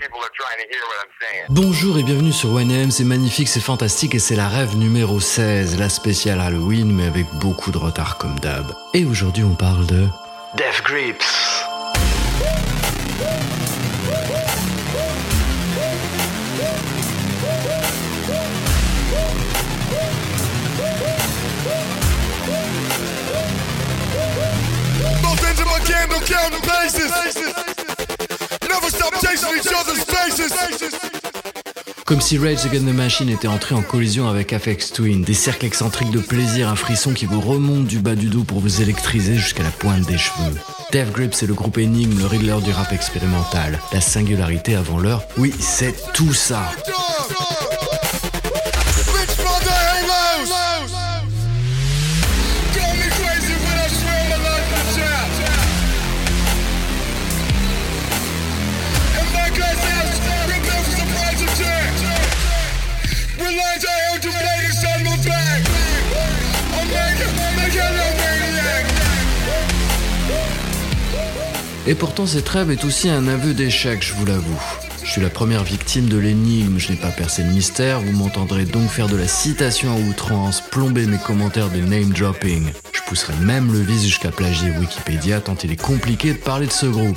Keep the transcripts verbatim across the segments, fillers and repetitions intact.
Bonjour et bienvenue sur one A M, c'est magnifique, c'est fantastique et c'est la rêve numéro seize, la spéciale Halloween mais avec beaucoup de retard comme d'hab. Et aujourd'hui on parle de Death Grips. Comme si Rage Against the Machine était entré en collision avec Aphex Twin, des cercles excentriques de plaisir, un frisson qui vous remonte du bas du dos pour vous électriser jusqu'à la pointe des cheveux. Death Grips, c'est le groupe énigme, le Riddler du rap expérimental. La singularité avant l'heure, oui, c'est tout ça. Et pourtant cette rêve est aussi un aveu d'échec, je vous l'avoue. Je suis la première victime de l'énigme, je n'ai pas percé le mystère, vous m'entendrez donc faire de la citation à outrance, plomber mes commentaires de name dropping. Je pousserai même le vice jusqu'à plagier Wikipédia tant il est compliqué de parler de ce groupe.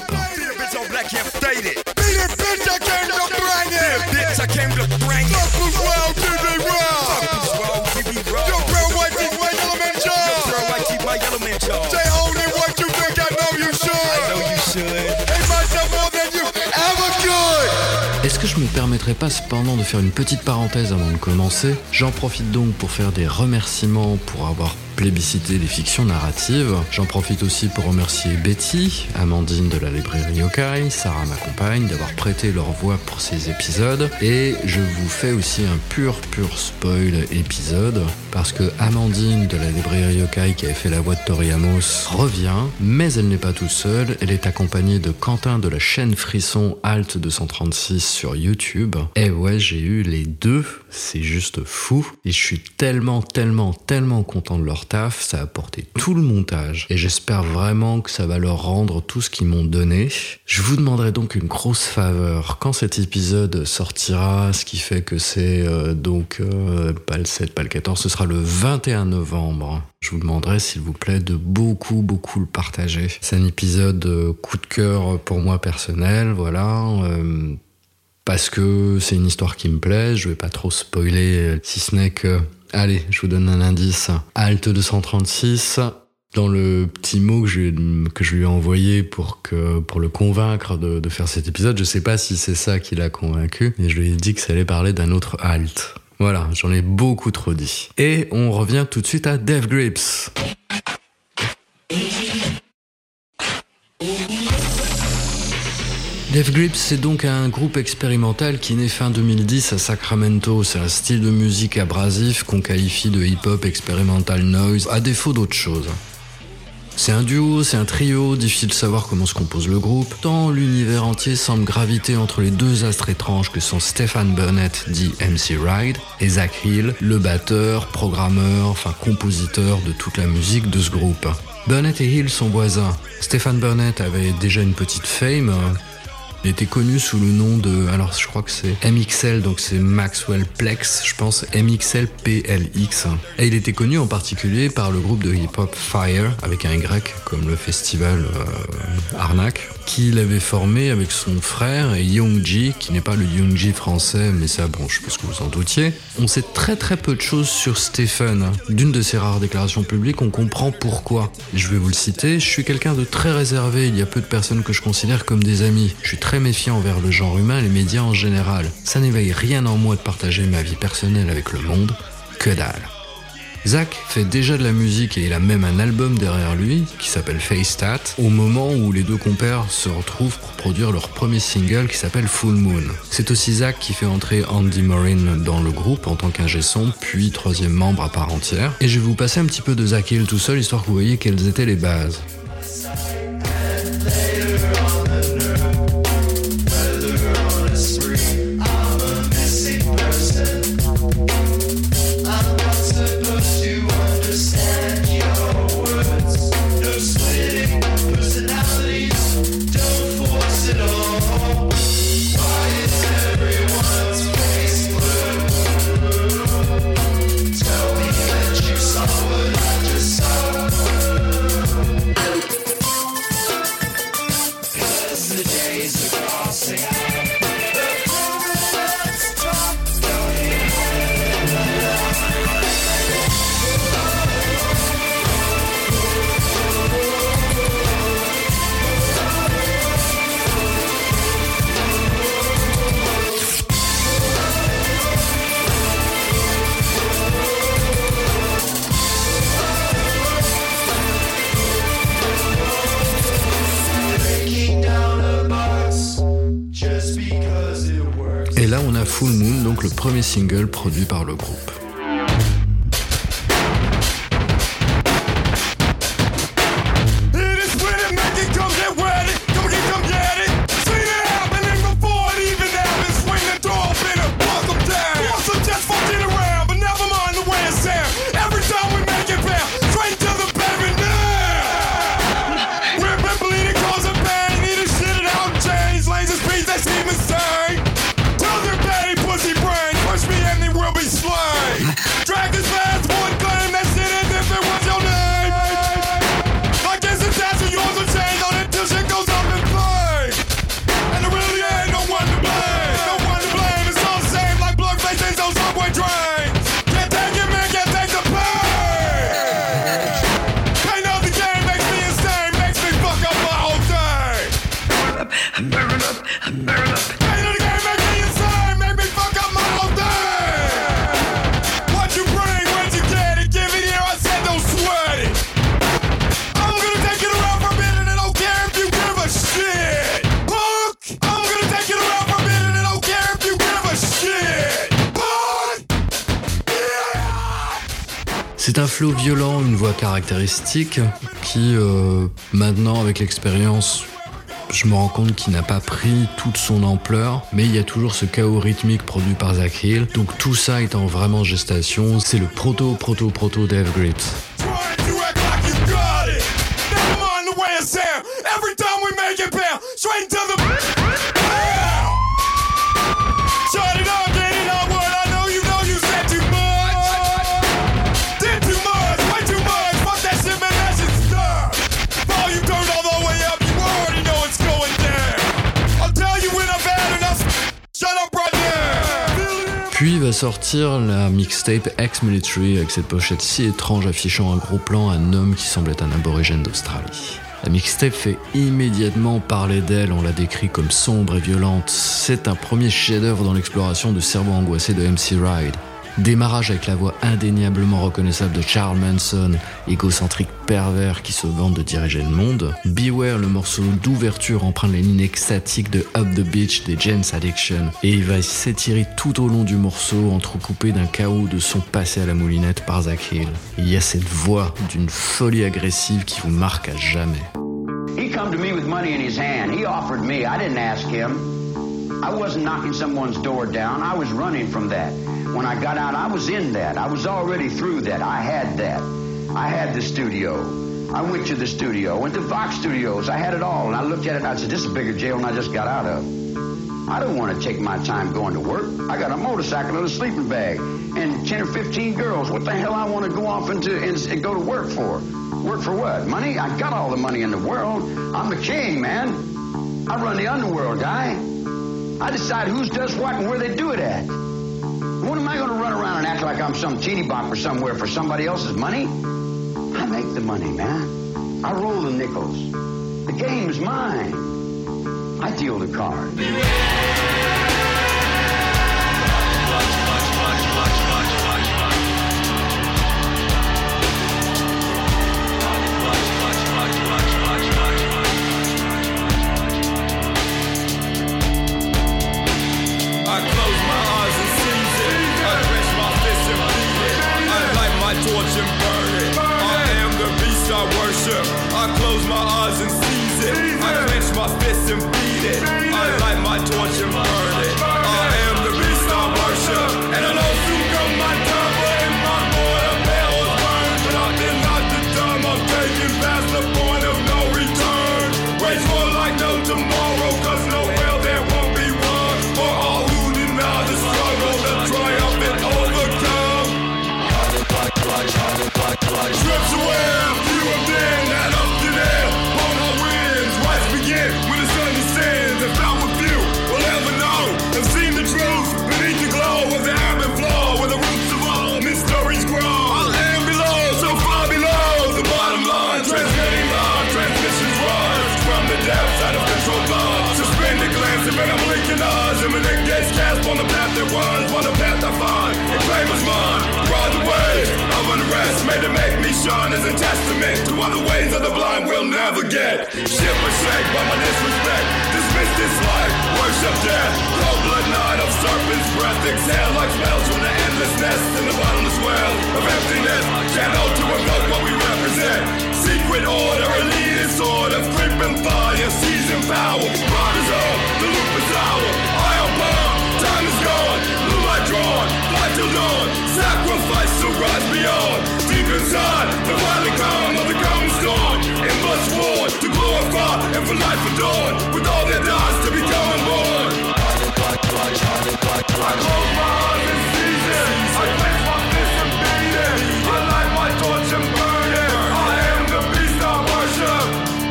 Est-ce que je me permettrais pas cependant de faire une petite parenthèse avant de commencer ? J'en profite donc pour faire des remerciements pour avoir plébiscité les fictions narratives. J'en profite aussi pour remercier Betty, Amandine de la librairie Yokai, Sarah ma compagne, d'avoir prêté leur voix pour ces épisodes. Et je vous fais aussi un pur pur spoil épisode, parce que Amandine de la librairie Yokai, qui avait fait la voix de Tori Amos, revient, mais elle n'est pas toute seule, elle est accompagnée de Quentin de la chaîne Frisson Alt deux cent trente-six sur YouTube. Et ouais, j'ai eu les deux, c'est juste fou. Et je suis tellement, tellement, tellement content de leur taf, ça a porté tout le montage et j'espère vraiment que ça va leur rendre tout ce qu'ils m'ont donné. Je vous demanderai donc une grosse faveur quand cet épisode sortira, ce qui fait que c'est euh, donc euh, pas le sept, pas le quatorze, ce sera le vingt et un novembre. Je vous demanderai s'il vous plaît de beaucoup beaucoup le partager. C'est un épisode euh, coup de cœur pour moi personnel, voilà. Euh, parce que c'est une histoire qui me plaît, je vais pas trop spoiler, si ce n'est que... Allez, je vous donne un indice. Alt deux cent trente-six, dans le petit mot que je, que je lui ai envoyé pour, que, pour le convaincre de, de faire cet épisode, je sais pas si c'est ça qui l'a convaincu, mais je lui ai dit que ça allait parler d'un autre Alt. Voilà, j'en ai beaucoup trop dit. Et on revient tout de suite à Death Grips. Death Grips, c'est donc un groupe expérimental qui naît fin deux mille dix à Sacramento. C'est un style de musique abrasif qu'on qualifie de hip-hop experimental noise, à défaut d'autre chose. C'est un duo, c'est un trio, difficile de savoir comment se compose le groupe, tant l'univers entier semble graviter entre les deux astres étranges que sont Stephan Burnett, dit M C Ride, et Zach Hill, le batteur, programmeur, enfin compositeur de toute la musique de ce groupe. Burnett et Hill sont voisins. Stephan Burnett avait déjà une petite fame. Il était connu sous le nom de, alors je crois que c'est M X L, donc c'est Maxwell Plex, je pense M X L P L X. Et il était connu en particulier par le groupe de hip-hop Fire, avec un Y, comme le festival euh, Arnaque, qu'il avait formé avec son frère et Young G, qui n'est pas le Young G français, mais ça, bon, je pense que vous en doutiez. On sait très très peu de choses sur Stephan. D'une de ses rares déclarations publiques, on comprend pourquoi. Je vais vous le citer, je suis quelqu'un de très réservé, il y a peu de personnes que je considère comme des amis. Je suis très méfiant envers le genre humain et les médias en général. Ça n'éveille rien en moi de partager ma vie personnelle avec le monde, que dalle. Zach fait déjà de la musique et il a même un album derrière lui qui s'appelle Face Tat, au moment où les deux compères se retrouvent pour produire leur premier single qui s'appelle Full Moon. C'est aussi Zach qui fait entrer Andy Morin dans le groupe en tant qu'ingé son, puis troisième membre à part entière. Et je vais vous passer un petit peu de Zach Hill tout seul, histoire que vous voyez quelles étaient les bases. Personalities, don't force it all. Why Et là, on a Full Moon, donc le premier single produit par le groupe. C'est un flow violent, une voix caractéristique qui, euh, maintenant, avec l'expérience, je me rends compte qu'il n'a pas pris toute son ampleur, mais il y a toujours ce chaos rythmique produit par Zach Hill. Donc tout ça étant vraiment en gestation, c'est le proto-proto-proto Dave Grit. Puis va sortir la mixtape Ex-Military avec cette pochette si étrange affichant un gros plan, un homme qui semble être un aborigène d'Australie. La mixtape fait immédiatement parler d'elle, on la décrit comme sombre et violente. C'est un premier chef-d'œuvre dans l'exploration du cerveau angoissé de M C Ride. Démarrage avec la voix indéniablement reconnaissable de Charles Manson, égocentrique pervers qui se vante de diriger le monde. Beware, le morceau d'ouverture, emprunte les lignes extatiques de Up the Beach des Jane's Addiction. Et il va s'étirer tout au long du morceau, entrecoupé d'un chaos de sons passés à la moulinette par Zach Hill. Il y a cette voix d'une folie agressive qui vous marque à jamais. He come to me with money in his hand. He offered me. I didn't ask him. I wasn't knocking someone's door down. I was running from that. When I got out, I was in that. I was already through that. I had that. I had the studio. I went to the studio. Went to Vox Studios. I had it all. And I looked at it and I said, this is a bigger jail than I just got out of. I don't want to take my time going to work. I got a motorcycle and a sleeping bag and ten or fifteen girls. What the hell I want to go off into and, and go to work for? Work for what? Money? I got all the money in the world. I'm the king, man. I run the underworld, guy. I decide who does what and where they do it at. What am I going to run around and act like I'm some teeny bopper somewhere for somebody else's money? I make the money, man. I roll the nickels. The game is mine. I deal the cards. Torch and burn it. I am the beast I worship. I close my eyes and seize it. I clench my fists and beat it. I light my torch and burn it. I am the beast I worship. And I know soon come my time, but in my boy the hell is burned. But I did not the time. I'm taking past the point of no return. Wage war like no tomorrow, cause no hell there won't be one. For all who deny the struggle, the triumph and overcome. Strips away after you have been that up to there. On our winds, rights begin when the sun descends. And found with few will ever know and seen the truth beneath the glow of the ebb and flow, where the roots of all mysteries grow. I am below, so far below the bottom line. Transmitting line, transmissions rise from the depths out of control love. Suspended glance and I'm blinking eyes. Imminent gaze cast on the path that runs, on the path I find. And claim is mine. Ride the way of unrest, made to make me shine as a testament to all the ways of the blind will never get. Ship or shake by my disrespect. Dismiss this life, worship death. Cold blood night of serpent. exhale like smells from the endless nest in the bottomless well of emptiness. Channel to evoke what we represent. Secret order, elitist order, creeping fire, seizing power. Pride is on, the loop is our. Iron bomb, time is gone. Blue light drawn, fly till dawn. Sacrifice to rise beyond. Deep inside, the violent calm of the coming storm. Endless war to glorify and for life adorn. With all their dies to become unborn. I close my eyes and seize it. I face my fist and beat it. I light my torch and burn it. I am the beast I worship.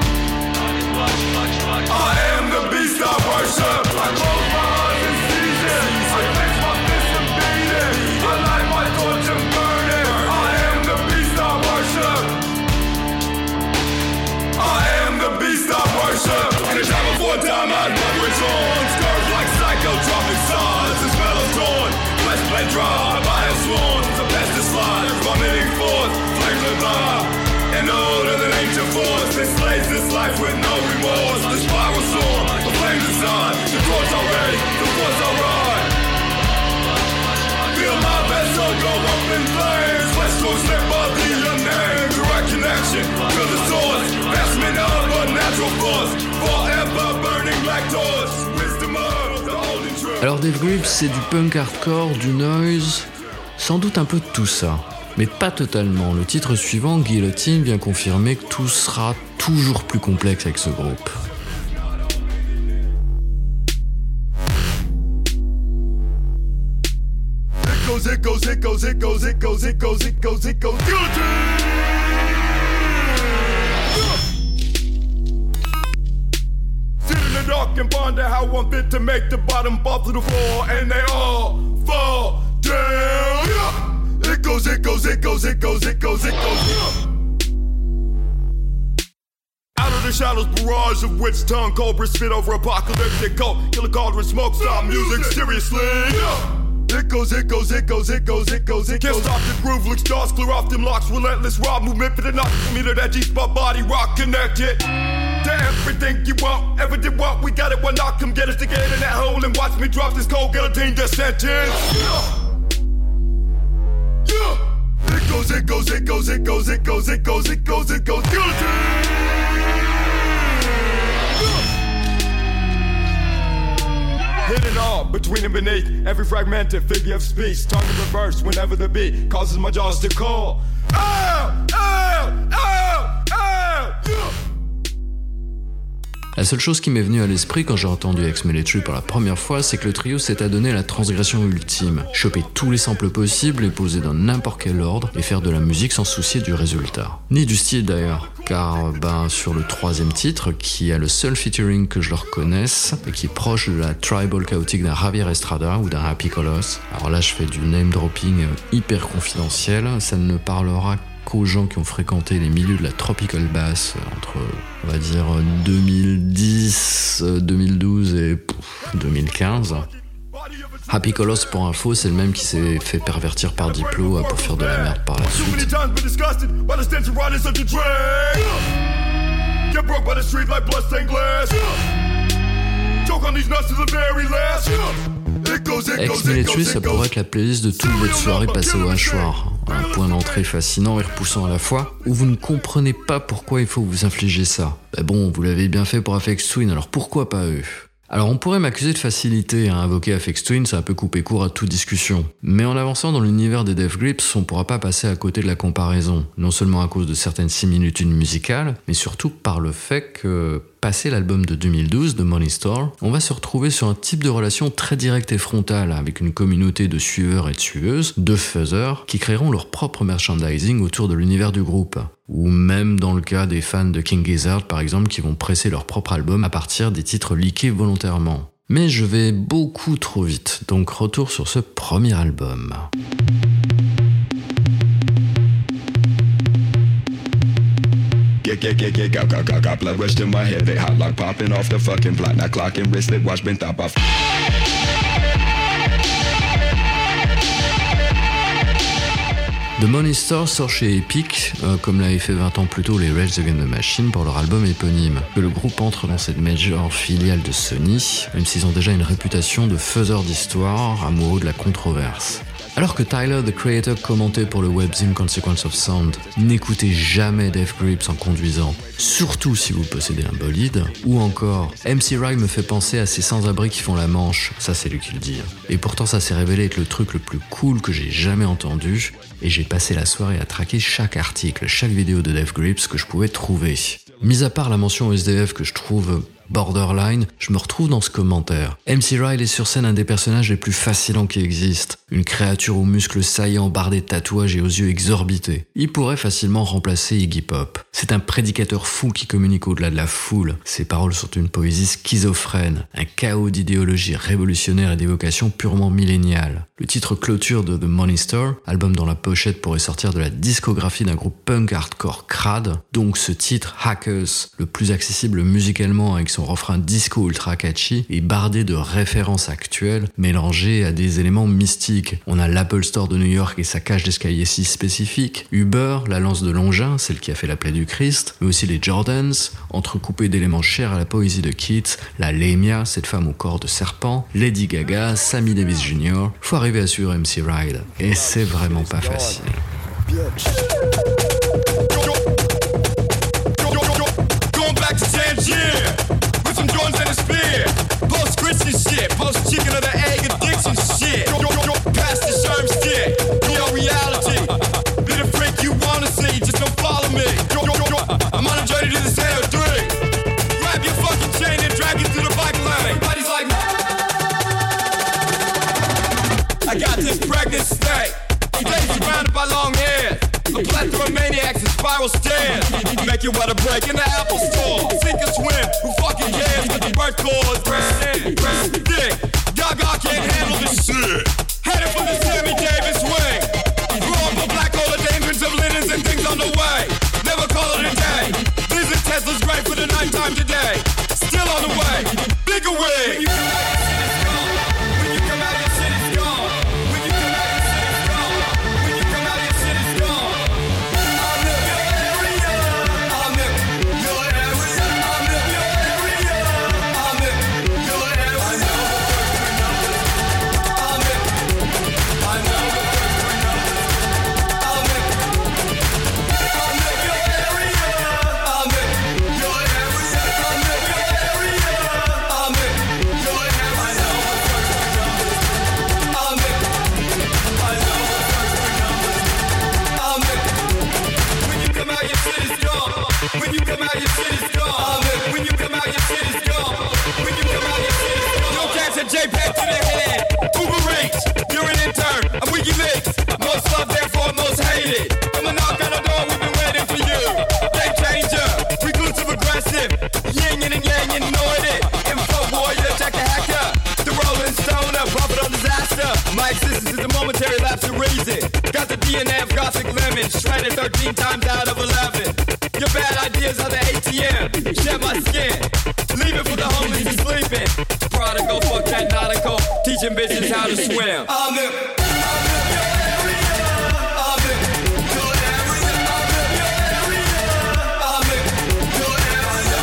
I am the beast I worship. I close my eyes and seize it. I face my fist and beat it. I light my torch and burn it. I am the beast I worship. I am the beast I worship. In a time before time, I'd never return. Scourged like psychotropic stars, as well as torn. Flesh blade dry, by a sworn. The best is life, vomiting forth. Flames of fire, and older than ancient force. It slays this life with no remorse. The spiral storm, the flames inside. The torch I raise, the force I ride. Feel my vessel go up in flames. Flesh will slip by the name. Direct connection to the source. Vestment of a natural force. Forever burning black torch. Wisdom of the holding truth. Alors Dave Grips, c'est du punk hardcore, du noise, sans doute un peu de tout ça. Mais pas totalement. Le titre suivant, Guillotine, vient confirmer que tout sera toujours plus complexe avec ce groupe. It goes, it goes, it goes, it goes, it goes, it goes, it goes, guillotine! Sit in the dark and ponder how I'm fit to make the bottom fall to the floor, and they all fall down. It goes, it goes, it goes, it goes, it goes, it goes. Out of the shadows, barrage of witch tongue, cobra spit over apocalyptic cold, killer cauldron, smoke, stop music, seriously. It goes, it goes, it goes, it goes, it goes, it goes. Can't stop the groove, licks jaws, clear off them locks. Relentless raw movement for the knock. Me to that G-spot body rock connected. To everything you want, ever did want. We got it, one knock, come get us to get in that hole and watch me drop this cold guillotine death sentence. Yeah. Yeah. It goes, it goes, it goes, it goes, it goes, it goes, it goes, it goes, guillotine. Hidden all between and beneath every fragmented figure of speech. Tongue in reverse whenever the beat causes my jaws to call. Ow! Ow! Ow! Ow! Yeah! La seule chose qui m'est venue à l'esprit quand j'ai entendu Ex-Military pour la première fois, c'est que le trio s'est adonné la transgression ultime. Choper tous les samples possibles, les poser dans n'importe quel ordre et faire de la musique sans se soucier du résultat. Ni du style d'ailleurs, car ben, sur le troisième titre, qui a le seul featuring que je leur connaisse, et qui est proche de la tribal chaotique d'un Javier Estrada ou d'un Happy Coloss, alors là je fais du name dropping hyper confidentiel, ça ne parlera qu'aux gens qui ont fréquenté les milieux de la tropical bass entre, on va dire, deux mille dix, deux mille douze et pouf, deux mille quinze. Happy Coloss, pour info, c'est le même qui s'est fait pervertir par Diplo pour faire de la merde par la suite. Ex-Military, ça pourrait être la playlist de toute votre soirée passée au hachoir. Un point d'entrée fascinant et repoussant à la fois, où vous ne comprenez pas pourquoi il faut vous infliger ça. Ben bon, vous l'avez bien fait pour Aphex Twin, alors pourquoi pas eux ? Alors on pourrait m'accuser de facilité, hein, invoquer Aphex Twin, ça peut couper court à toute discussion. Mais en avançant dans l'univers des Dave Grips, on pourra pas passer à côté de la comparaison. Non seulement à cause de certaines similitudes musicales, mais surtout par le fait que, passé l'album de deux mille douze, de Money Store, on va se retrouver sur un type de relation très directe et frontale, avec une communauté de suiveurs et de suiveuses, de faiseurs, qui créeront leur propre merchandising autour de l'univers du groupe. Ou même dans le cas des fans de King Gizzard par exemple, qui vont presser leur propre album à partir des titres leakés volontairement. Mais je vais beaucoup trop vite, donc retour sur ce premier album. Get, get, get, get, got, got, got, got blood rushed in my head. They hot like popping off the fucking block. Now clock and wristlet watch been top off. The The Money Store sort chez Epic, euh, comme l'avaient fait vingt ans plus tôt les Rage Against the Machine pour leur album éponyme. Que le groupe entre dans cette major filiale de Sony, même s'ils ont déjà une réputation de faiseurs d'histoire, amoureux de la controverse. Alors que Tyler, the Creator, commentait pour le webzine Consequence of Sound, n'écoutez jamais Death Grips en conduisant, surtout si vous possédez un bolide, ou encore M C Rye me fait penser à ces sans-abri qui font la manche, ça c'est lui qui le dit. Et pourtant ça s'est révélé être le truc le plus cool que j'ai jamais entendu, et j'ai passé la soirée à traquer chaque article, chaque vidéo de Death Grips que je pouvais trouver. Mis à part la mention S D F que je trouve borderline, je me retrouve dans ce commentaire. M C Ryle est sur scène un des personnages les plus fascinants qui existent. Une créature aux muscles saillants, bardée de tatouages et aux yeux exorbités. Il pourrait facilement remplacer Iggy Pop. C'est un prédicateur fou qui communique au-delà de la foule. Ses paroles sont une poésie schizophrène, un chaos d'idéologie révolutionnaire et d'évocation purement milléniale. Le titre clôture de The Money Store, album dont la pochette pourrait sortir de la discographie d'un groupe punk hardcore crade, donc ce titre Hackers, le plus accessible musicalement avec son refrain disco ultra catchy, est bardé de références actuelles mélangées à des éléments mystiques. On a l'Apple Store de New York et sa cage d'escalier si spécifique, Uber, la lance de Longin, celle qui a fait la plaie du Christ, mais aussi les Jordans, entrecoupés d'éléments chers à la poésie de Keats, la Lamia, cette femme au corps de serpent, Lady Gaga, Sammy Davis junior Faut arriver à suivre M C Ryle, et c'est vraiment pas facile. I got this pregnant snake, days surrounded by long hair, a plethora of maniacs and spiral stairs. Make you wanna break in the Apple Store, sink or swim, who fucking cares? But the birth cause, dick, Gaga can't handle this shit. Headed for the Sammy Davis wing, grew up a black hole of dangerous of linens and things on the way. Never call it a day. These are Tesla's great for the nighttime today. Still on the way, bigger wing. When you come out, your shit is gone. When you come out, your shit is gone. When you come out, your shit is gone. You'll catch a JPEG to the head. Uber Eats, you're an intern. I'm WikiLeaks. Most loved, therefore most hated. Come and knock on the door, we've been waiting for you. Game changer, reclusive aggressive. Yin and yang, you know it. Info warrior, check the hacker. The Rolling Stoner, prophet of disaster. My existence is a momentary lapse of reason. Got the D N A of Gothic lemon. Shredded thirteen times out of eleven. Your bad ideas are the A T M. Shed my skin. Leave it for the homeless and sleeping. Prodigal, fuck that nautical. Teaching bitches how to swim. I'm in, I'm in your area. I'm in your area. I'm in your area. I'm in your area.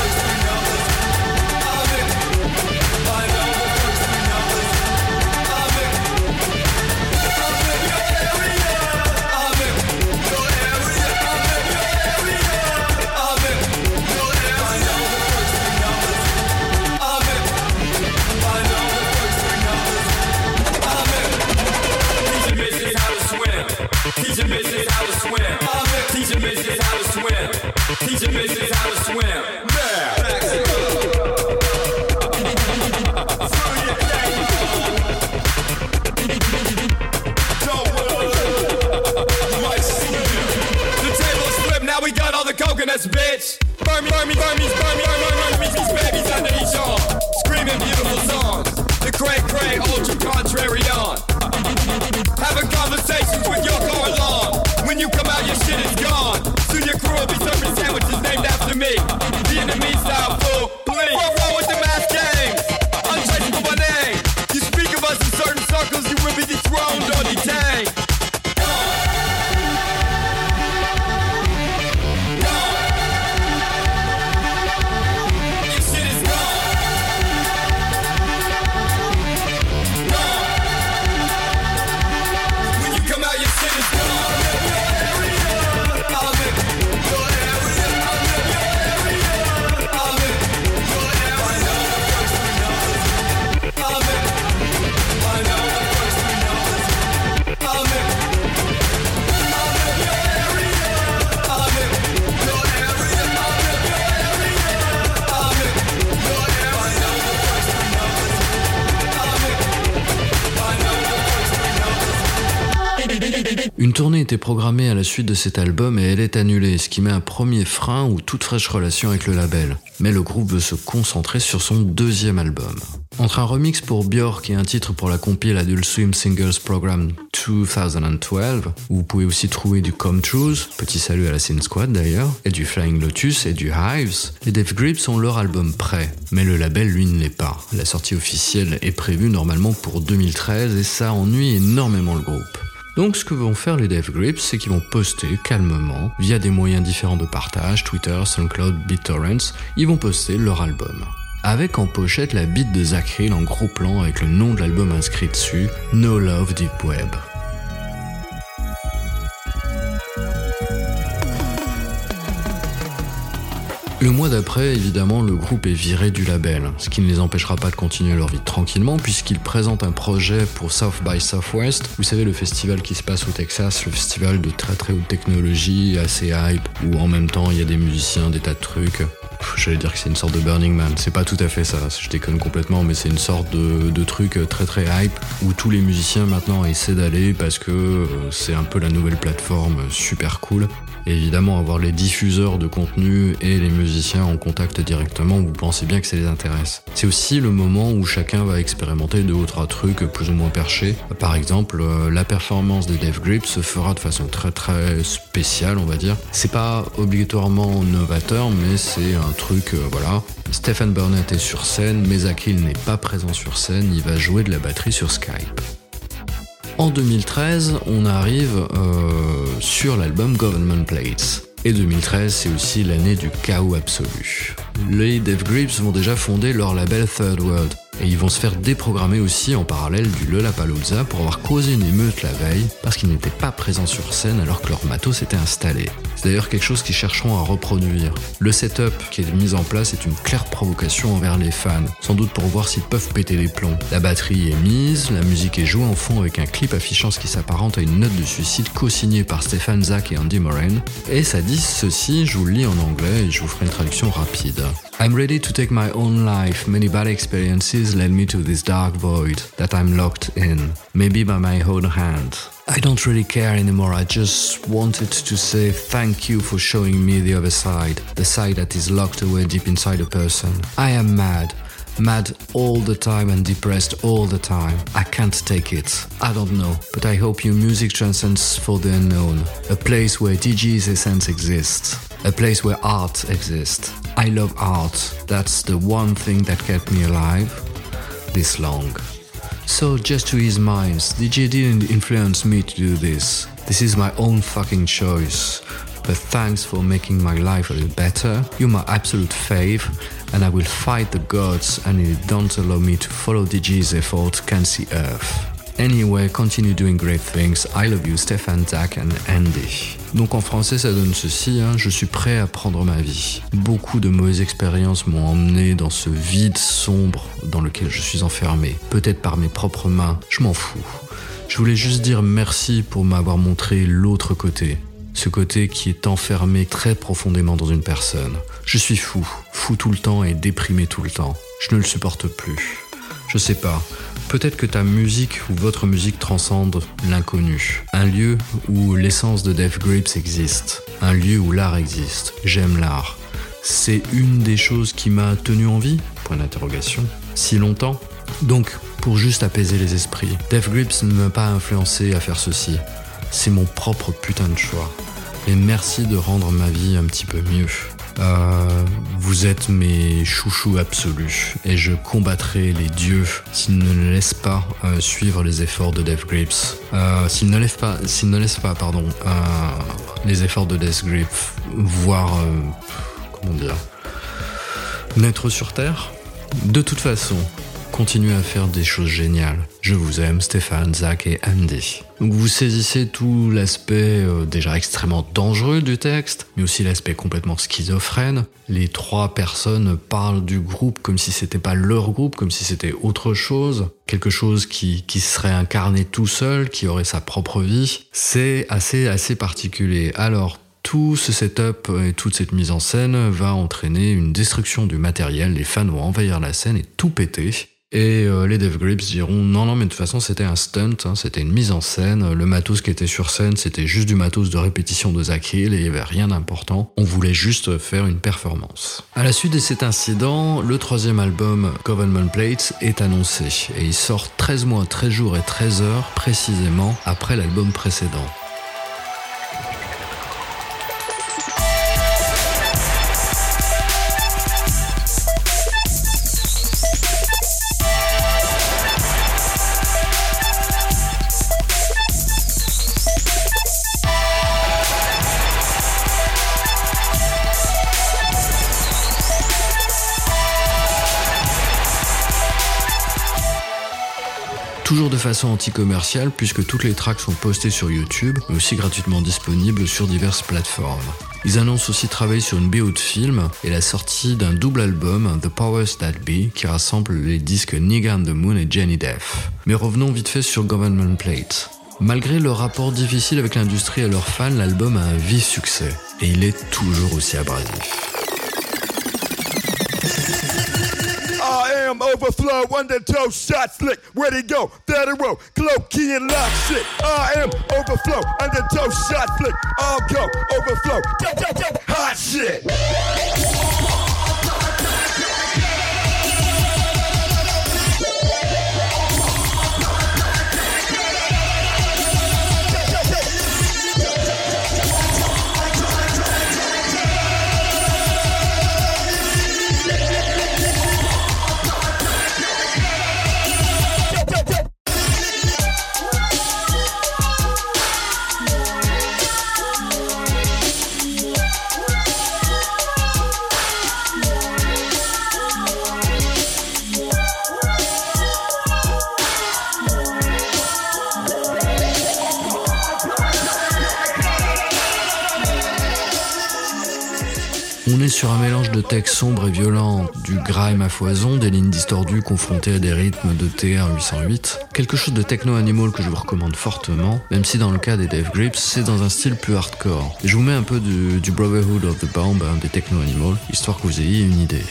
I'm in. I know the first three numbers. I'm in. I'm in your area. I'm in your area. I'm in your area. I'm in your area. I know the first three numbers. I'm in. I know the first three numbers. I'm in. Teaching bitches how to swim. Teaching bitches how to swim. I'm in. Teaching bitches how to swim. Teaching bitches how to swim. Yeah. Now we got all the coconuts, bitch. Burn me, burn me, burn me, burn me, burn me, burn me, these babies under each arm. Screaming beautiful songs. The cray cray, ultra contrary on. Having conversations with your car alarm. When you come out, your shit is gone. Soon your crew will be serving sandwiches named after me. Vietnamese style fool, please. What wrong with the mass games? Untraceable by name. You speak of us in certain circles, you will be dethroned or detained. Une tournée était programmée à la suite de cet album et elle est annulée, ce qui met un premier frein ou toute fraîche relation avec le label. Mais le groupe veut se concentrer sur son deuxième album. Entre un remix pour Björk et un titre pour la compile Adult Swim Singles Program deux mille douze, où vous pouvez aussi trouver du Come Trues, petit salut à la Sin Squad d'ailleurs, et du Flying Lotus et du Hives, les Death Grips ont leur album prêt, mais le label lui ne l'est pas. La sortie officielle est prévue normalement pour deux mille treize et ça ennuie énormément le groupe. Donc ce que vont faire les Death Grips, c'est qu'ils vont poster calmement, via des moyens différents de partage, Twitter, SoundCloud, BitTorrents, ils vont poster leur album. Avec en pochette la bite de Zach Hill en gros plan avec le nom de l'album inscrit dessus, No Love Deep Web. Le mois d'après, évidemment, le groupe est viré du label, ce qui ne les empêchera pas de continuer leur vie tranquillement puisqu'ils présentent un projet pour South by Southwest. Vous savez, le festival qui se passe au Texas, le festival de très très haute technologie, assez hype, où en même temps il y a des musiciens, des tas de trucs. Pff, j'allais dire que c'est une sorte de Burning Man, c'est pas tout à fait ça, je déconne complètement, mais c'est une sorte de, de truc très très hype où tous les musiciens maintenant essaient d'aller parce que euh, c'est un peu la nouvelle plateforme super cool. Et évidemment, avoir les diffuseurs de contenu et les musiciens en contact directement, vous pensez bien que ça les intéresse. C'est aussi le moment où chacun va expérimenter deux ou trois trucs plus ou moins perchés. Par exemple, la performance des Death Grips se fera de façon très très spéciale, on va dire. C'est pas obligatoirement novateur, mais c'est un truc, euh, voilà. Stephen Burnett est sur scène, mais Zach Hill n'est pas présent sur scène, il va jouer de la batterie sur Skype. En deux mille treize, on arrive euh, sur l'album Government Plates. Et deux mille treize, c'est aussi l'année du chaos absolu. Les Death Grips vont déjà fonder leur label Third World. Et ils vont se faire déprogrammer aussi en parallèle du Lollapalooza pour avoir causé une émeute la veille parce qu'ils n'étaient pas présents sur scène alors que leur matos était installé. C'est d'ailleurs quelque chose qu'ils chercheront à reproduire. Le setup qui est mis en place est une claire provocation envers les fans, sans doute pour voir s'ils peuvent péter les plombs. La batterie est mise, la musique est jouée en fond avec un clip affichant ce qui s'apparente à une note de suicide co-signée par Stefan Zach et Andy Moran. Et ça dit ceci, je vous le lis en anglais et je vous ferai une traduction rapide. I'm ready to take my own life. Many bad experiences led me to this dark void that I'm locked in, maybe by my own hand. I don't really care anymore, I just wanted to say thank you for showing me the other side, the side that is locked away deep inside a person. I am mad. Mad all the time and depressed all the time. I can't take it. I don't know, but I hope your music transcends for the unknown. A place where D J's essence exists. A place where art exists. I love art. That's the one thing that kept me alive this long. So just to ease minds, D J didn't influence me to do this. This is my own fucking choice. But thanks for making my life a little better. You're my absolute fave, and I will fight the gods and if you don't allow me to follow D J's effort, can see Earth. Anyway, continue doing great things. I love you, Stefan, Zach and Andy. Donc en français, ça donne ceci, hein, je suis prêt à prendre ma vie. Beaucoup de mauvaises expériences m'ont emmené dans ce vide sombre dans lequel je suis enfermé. Peut-être par mes propres mains, je m'en fous. Je voulais juste dire merci pour m'avoir montré l'autre côté. Ce côté qui est enfermé très profondément dans une personne. Je suis fou, fou tout le temps et déprimé tout le temps. Je ne le supporte plus. Je sais pas, peut-être que ta musique ou votre musique transcende l'inconnu. Un lieu où l'essence de Death Grips existe. Un lieu où l'art existe. J'aime l'art. C'est une des choses qui m'a tenu en vie ? Point d'interrogation. Si longtemps ? Donc, pour juste apaiser les esprits, Death Grips ne m'a pas influencé à faire ceci. C'est mon propre putain de choix. Et merci de rendre ma vie un petit peu mieux. Euh, vous êtes mes chouchous absolus et je combattrai les dieux s'ils ne laissent pas euh, suivre les efforts de Death Grips. Euh, s'ils ne laissent pas, s'ils ne laissent pas, pardon, euh, les efforts de Death Grips, voire, euh, comment dire, naître sur Terre. De toute façon, continuez à faire des choses géniales. Je vous aime, Stéphane, Zach et Andy. Donc vous saisissez tout l'aspect euh, déjà extrêmement dangereux du texte, mais aussi l'aspect complètement schizophrène. Les trois personnes parlent du groupe comme si c'était pas leur groupe, comme si c'était autre chose, quelque chose qui, qui serait incarné tout seul, qui aurait sa propre vie. C'est assez, assez particulier. Alors, tout ce setup et toute cette mise en scène va entraîner une destruction du matériel. Les fans vont envahir la scène et tout péter. Et euh, les Death Grips diront non, non, mais de toute façon, c'était un stunt, hein, c'était une mise en scène. Le matos qui était sur scène, c'était juste du matos de répétition de Zakk Hill et il n'y avait rien d'important. On voulait juste faire une performance. À la suite de cet incident, le troisième album, Government Plates, est annoncé. Et il sort treize mois, treize jours et treize heures précisément après l'album précédent. Toujours de façon anti-commerciale puisque toutes les tracks sont postées sur YouTube, mais aussi gratuitement disponibles sur diverses plateformes. Ils annoncent aussi travailler sur une B O de film et la sortie d'un double album, The Powers That Be, qui rassemble les disques Nigga and the Moon et Jenny Death. Mais revenons vite fait sur Government Plate. Malgré leur rapport difficile avec l'industrie et leurs fans, l'album a un vif succès. Et il est toujours aussi abrasif. I am overflow, undertow, shot slick, ready to go, federal, glow, key and lock shit. I am overflow, undertow, shot flick, all go, overflow, yo, yo, yo, hot shit. On est sur un mélange de textes sombres et violents, du grime à foison, des lignes distordues confrontées à des rythmes de T R huit cent huit. Quelque chose de techno-animal que je vous recommande fortement, même si dans le cas des Death Grips, c'est dans un style plus hardcore. Et je vous mets un peu du, du Brotherhood of the Bomb, hein, des techno-animal, histoire que vous ayez une idée.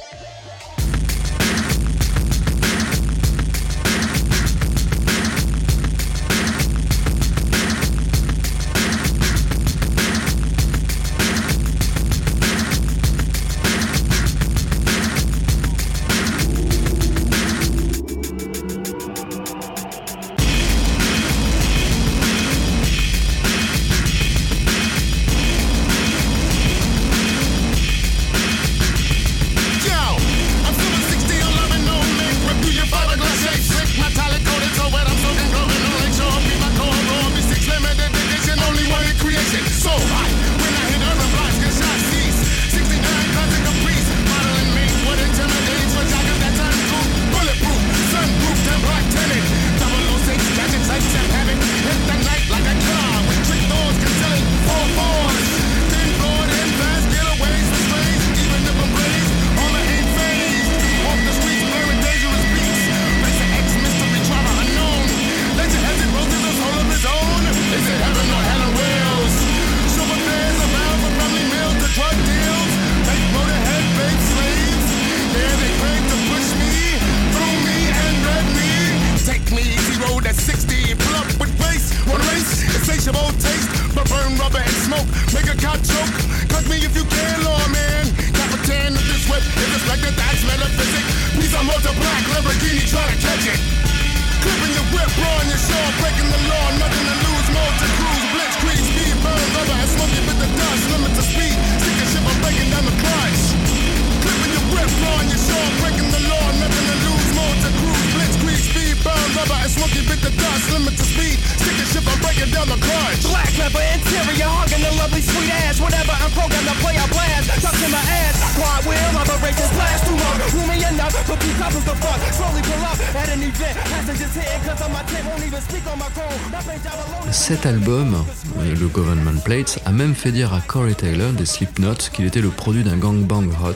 Cet album, le Government Plates, a même fait dire à Corey Taylor des Slipknot qu'il était le produit d'un gangbang hot.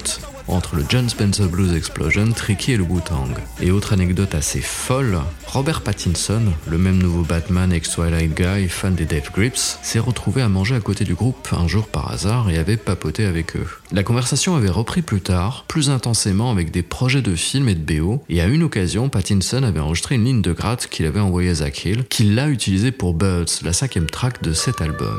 entre le John Spencer Blues Explosion, Tricky et le Wu-Tang. Et autre anecdote assez folle, Robert Pattinson, le même nouveau Batman ex-Twilight Guy, fan des Death Grips, s'est retrouvé à manger à côté du groupe un jour par hasard et avait papoté avec eux. La conversation avait repris plus tard, plus intensément avec des projets de films et de B O, et à une occasion, Pattinson avait enregistré une ligne de gratte qu'il avait envoyée à Zach Hill, qu'il l'a utilisée pour Birds, la cinquième track de cet album.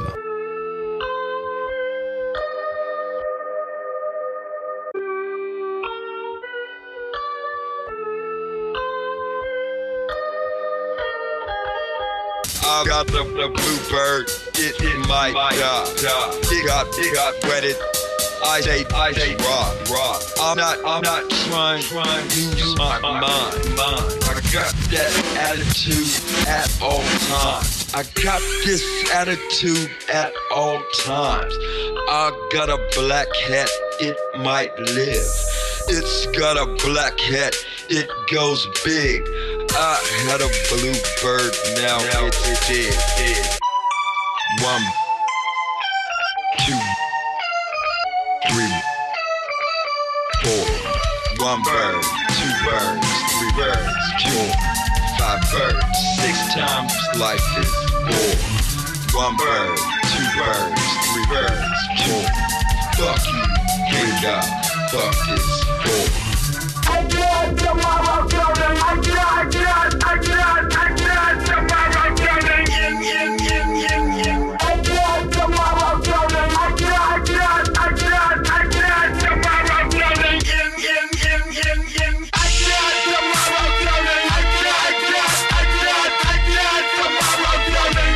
I got the, the bluebird, it, it might die. It got, it got wetted. I say, I say, rock, rock. I'm not, I'm not trying, trying to lose my mind, mind. I got that attitude at all times. I got this attitude at all times. I got a black hat, it might live. It's got a black hat, it goes big. I had a blue bird, now, now it's it, dead, dead. One, two, three, four. One bird, two birds, three birds, four, five birds. Six times life is four. One bird, two birds, three birds, four. Fuck you, three God, fuck this four. I can't tomorrow building. I can't, I can't, I can't, I can't tomorrow building. In, in, in, in, in. I can't tomorrow building. I can't, I can't, I can't, I can't tomorrow building. In, in, in, in, in. I can't tomorrow building. I can't, I can't, I can't tomorrow building.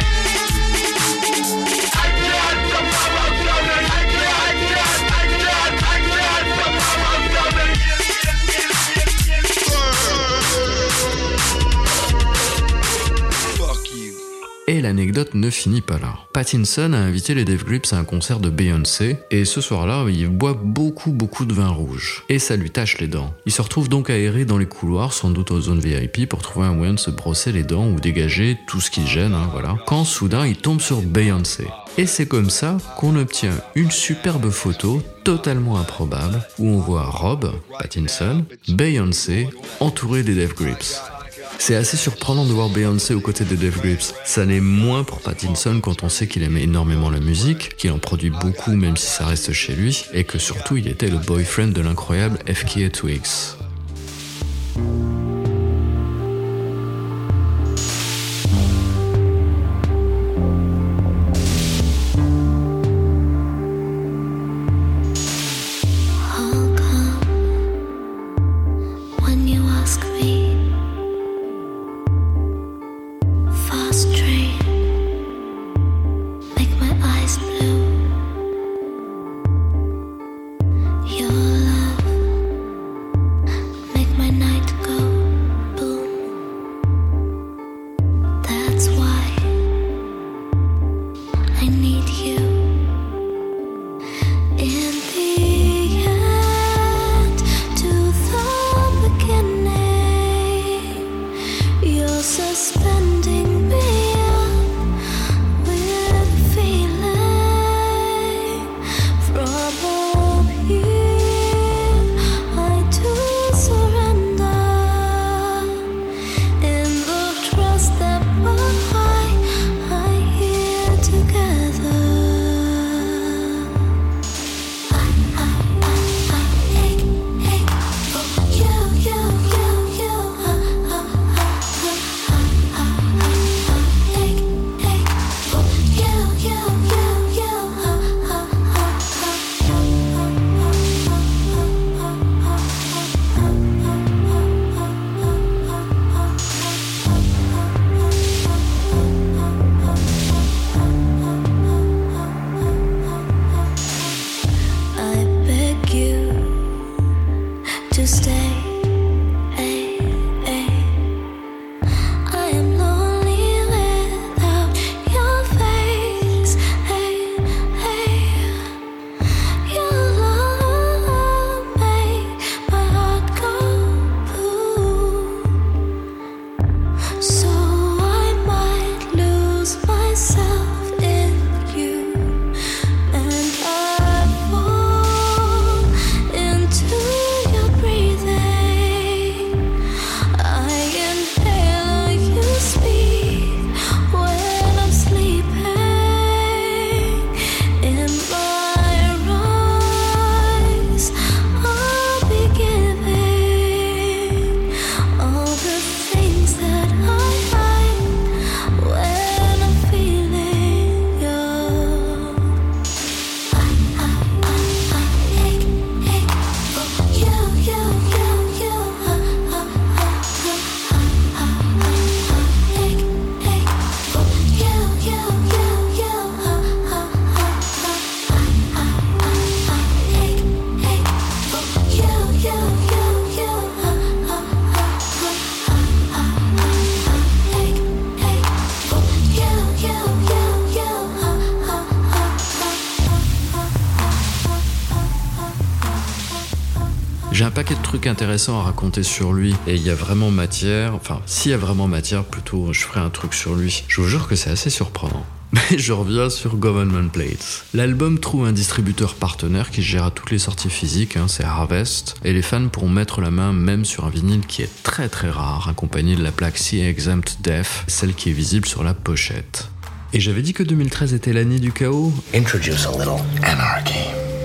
I can't tomorrow building. I can't, I can't, I can't, I can't tomorrow building. Et l'anecdote ne finit pas là. Pattinson a invité les Death Grips à un concert de Beyoncé, et ce soir-là, il boit beaucoup beaucoup de vin rouge, et ça lui tache les dents. Il se retrouve donc aéré dans les couloirs, sans doute aux zones V I P, pour trouver un moyen de se brosser les dents ou dégager tout ce qui gêne, hein, voilà. Quand soudain, il tombe sur Beyoncé. Et c'est comme ça qu'on obtient une superbe photo totalement improbable, où on voit Rob, Pattinson, Beyoncé, entouré des Death Grips. C'est assez surprenant de voir Beyoncé aux côtés des Death Grips. Ça l'est moins pour Pattinson quand on sait qu'il aimait énormément la musique, qu'il en produit beaucoup même si ça reste chez lui, et que surtout il était le boyfriend de l'incroyable F K A Twigs. paquet de trucs intéressants à raconter sur lui et il y a vraiment matière, enfin s'il y a vraiment matière plutôt, je ferai un truc sur lui. Je vous jure que c'est assez surprenant. Mais je reviens sur Government Plates. L'album trouve un distributeur partenaire qui gère toutes les sorties physiques, hein, c'est Harvest, et les fans pourront mettre la main même sur un vinyle qui est très très rare, accompagné de la plaque C Exempt Def, celle qui est visible sur la pochette. Et j'avais dit que deux mille treize était l'année du chaos. Introduce a little anarchy.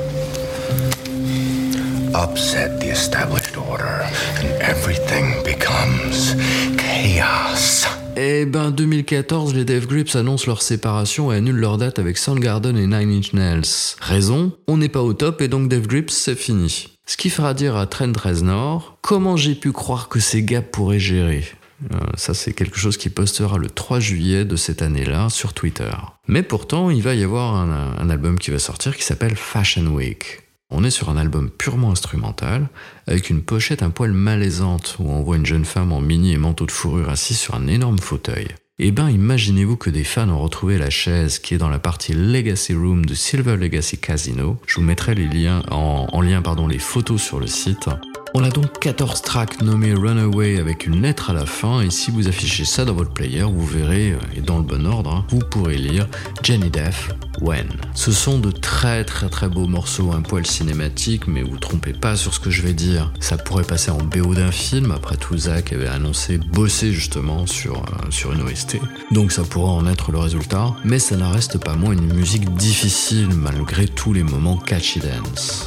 Upset the established order, and everything becomes chaos. Eh ben deux mille quatorze, les Death Grips annoncent leur séparation et annulent leur date avec Soundgarden et Nine Inch Nails. Raison, on n'est pas au top et donc Death Grips c'est fini. Ce qui fera dire à Trent Reznor, comment j'ai pu croire que ces gars pourraient gérer. Euh, ça c'est quelque chose qui postera le trois juillet de cette année-là sur Twitter. Mais pourtant, il va y avoir un, un album qui va sortir qui s'appelle Fashion Week. On est sur un album purement instrumental, avec une pochette un poil malaisante, où on voit une jeune femme en mini et manteau de fourrure assise sur un énorme fauteuil. Eh ben, imaginez-vous que des fans ont retrouvé la chaise qui est dans la partie Legacy Room de Silver Legacy Casino. Je vous mettrai les liens en, en lien pardon, les photos sur le site. On a donc quatorze tracks nommés Runaway avec une lettre à la fin, et si vous affichez ça dans votre player, vous verrez, et dans le bon ordre, hein, vous pourrez lire Jenny Deaf, When. Ce sont de très très très beaux morceaux, un poil cinématique, mais vous trompez pas sur ce que je vais dire. Ça pourrait passer en B O d'un film, après tout Zach avait annoncé bosser justement sur, euh, sur une O S T, donc ça pourrait en être le résultat, mais ça n'en reste pas moins une musique difficile malgré tous les moments catchy dance.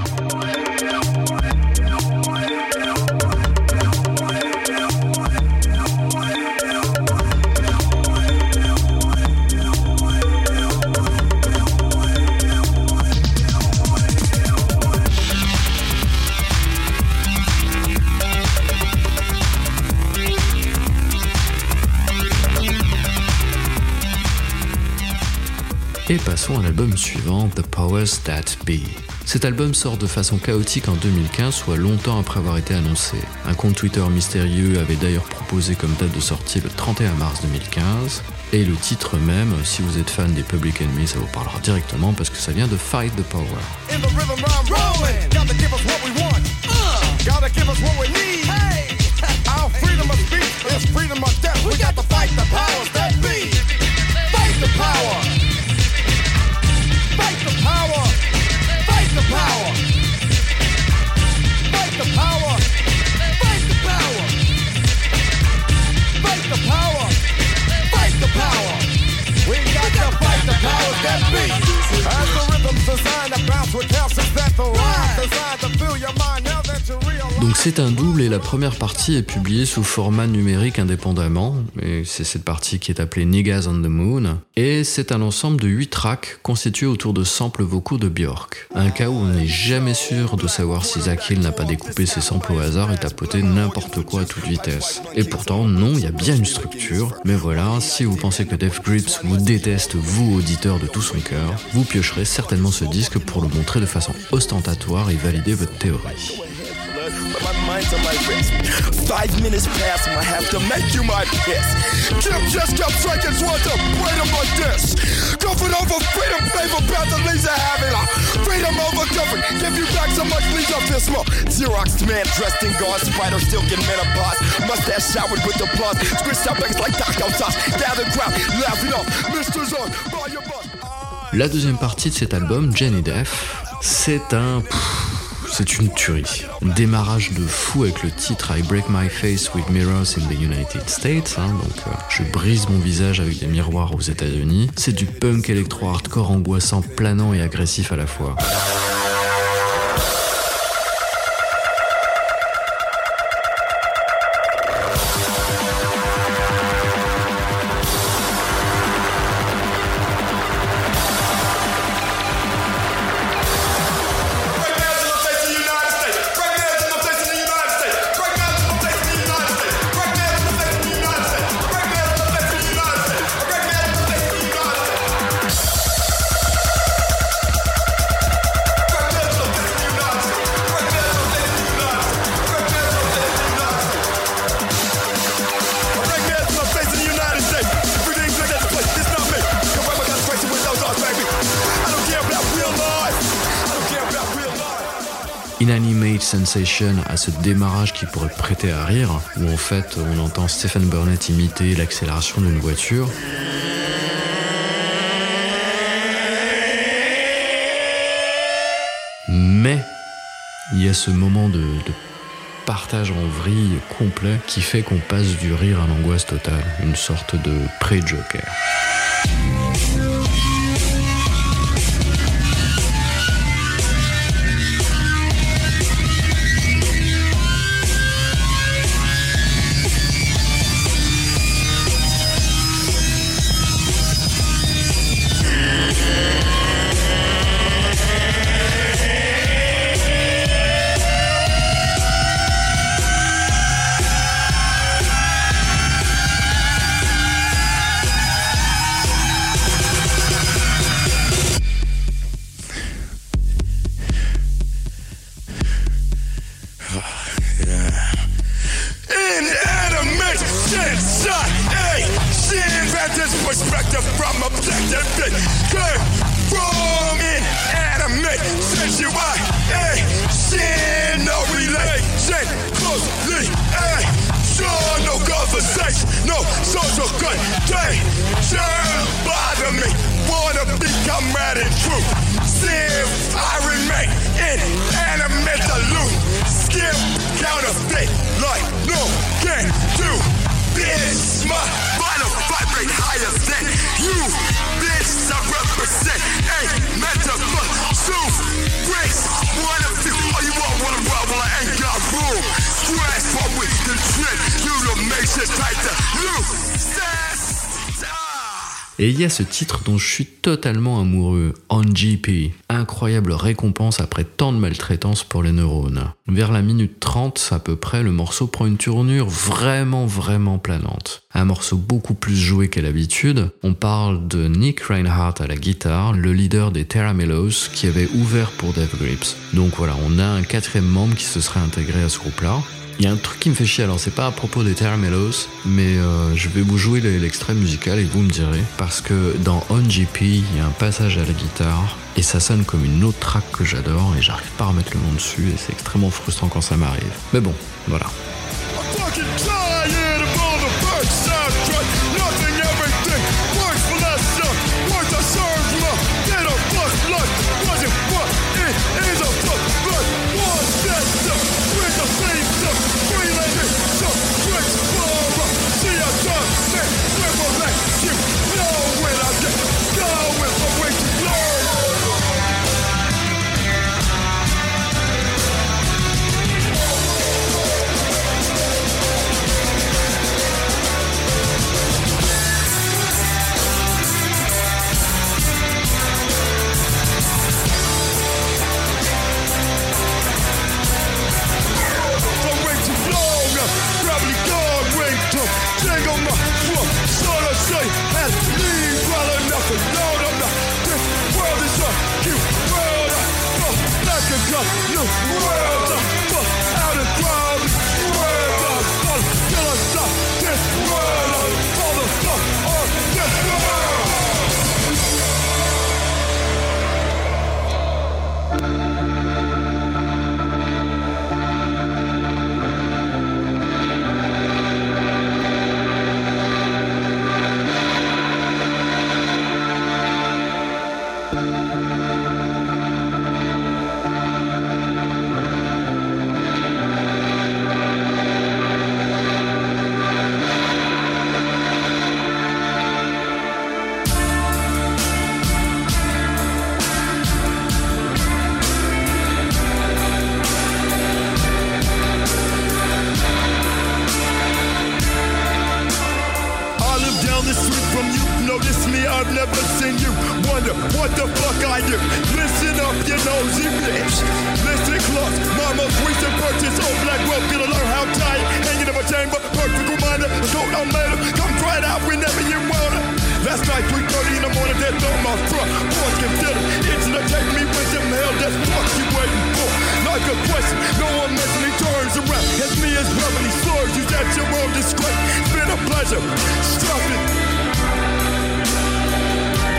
Et passons à l'album suivant, The Powers That Be. Cet album sort de façon chaotique en deux mille quinze, soit longtemps après avoir été annoncé. Un compte Twitter mystérieux avait d'ailleurs proposé comme date de sortie le trente et un mars deux mille quinze, et le titre même, si vous êtes fan des Public Enemy, ça vous parlera directement parce que ça vient de Fight the Power. In the rhythm I'm rolling, gotta give us what we want, uh, gotta give us what we need. Hey, our freedom of speech is freedom of death. We got to fight the powers that be. Fight the power. Fight the power. Fight the power. Fight the power. Fight the power. Fight the power. Fight the power. We got to fight the powers that be. As the rhythm's designed to bounce with calcium that the rhyme designed to fill your mind now that you realize. Donc c'est un double et la première partie est publiée sous format numérique indépendamment, et c'est cette partie qui est appelée Niggas on the Moon, et c'est un ensemble de huit tracks constitués autour de samples vocaux de Björk. Un cas où on n'est jamais sûr de savoir si Zach Hill n'a pas découpé ses samples au hasard et tapoté n'importe quoi à toute vitesse. Et pourtant non, il y a bien une structure, mais voilà, si vous pensez que Death Grips vous déteste, vous auditeurs de tout son cœur, vous piocherez certainement ce disque pour le montrer de façon ostentatoire et valider votre théorie. But my mind's on my wrist. Five minutes pass and I have to make you my piss. Kim just kept striking towards the freedom like this. Comfort over freedom, favor path that leads to having a freedom over comfort. Give you back so much leaves up this smoke. Xerox man dressed in gauze, spider still getting menopause. Mustache showered with the applause. Squish up bags like Taco sauce. Gather crowd, laughing off. Mister Zone, buy your bus. La deuxième partie de cet album, Jenny Deaf, c'est un... Pff, c'est une tuerie. Démarrage de fou avec le titre I Break My Face with Mirrors in the United States, hein, donc euh, je brise mon visage avec des miroirs aux États-Unis. C'est du punk électro-hardcore angoissant, planant et agressif à la fois. Inanimate Sensation a ce démarrage qui pourrait prêter à rire, où en fait on entend Stephen Burnett imiter l'accélération d'une voiture. Mais il y a ce moment de, de partage en vrille complet qui fait qu'on passe du rire à l'angoisse totale, une sorte de pré-Joker. Et il y a ce titre dont je suis totalement amoureux, On G P. Incroyable récompense après tant de maltraitance pour les neurones. Vers la minute trente à peu près, le morceau prend une tournure vraiment vraiment planante. Un morceau beaucoup plus joué qu'à l'habitude. On parle de Nick Reinhardt à la guitare, le leader des Terra Mellows qui avait ouvert pour Death Grips. Donc voilà, on a un quatrième membre qui se serait intégré à ce groupe-là. Il y a un truc qui me fait chier, alors c'est pas à propos des Terra Mellows, mais euh, je vais vous jouer l'extrait musical et vous me direz, parce que dans On G P, il y a un passage à la guitare, et ça sonne comme une autre track que j'adore, et j'arrive pas à remettre le nom dessus, et c'est extrêmement frustrant quand ça m'arrive. Mais bon, voilà.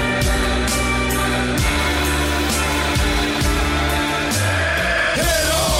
Head on!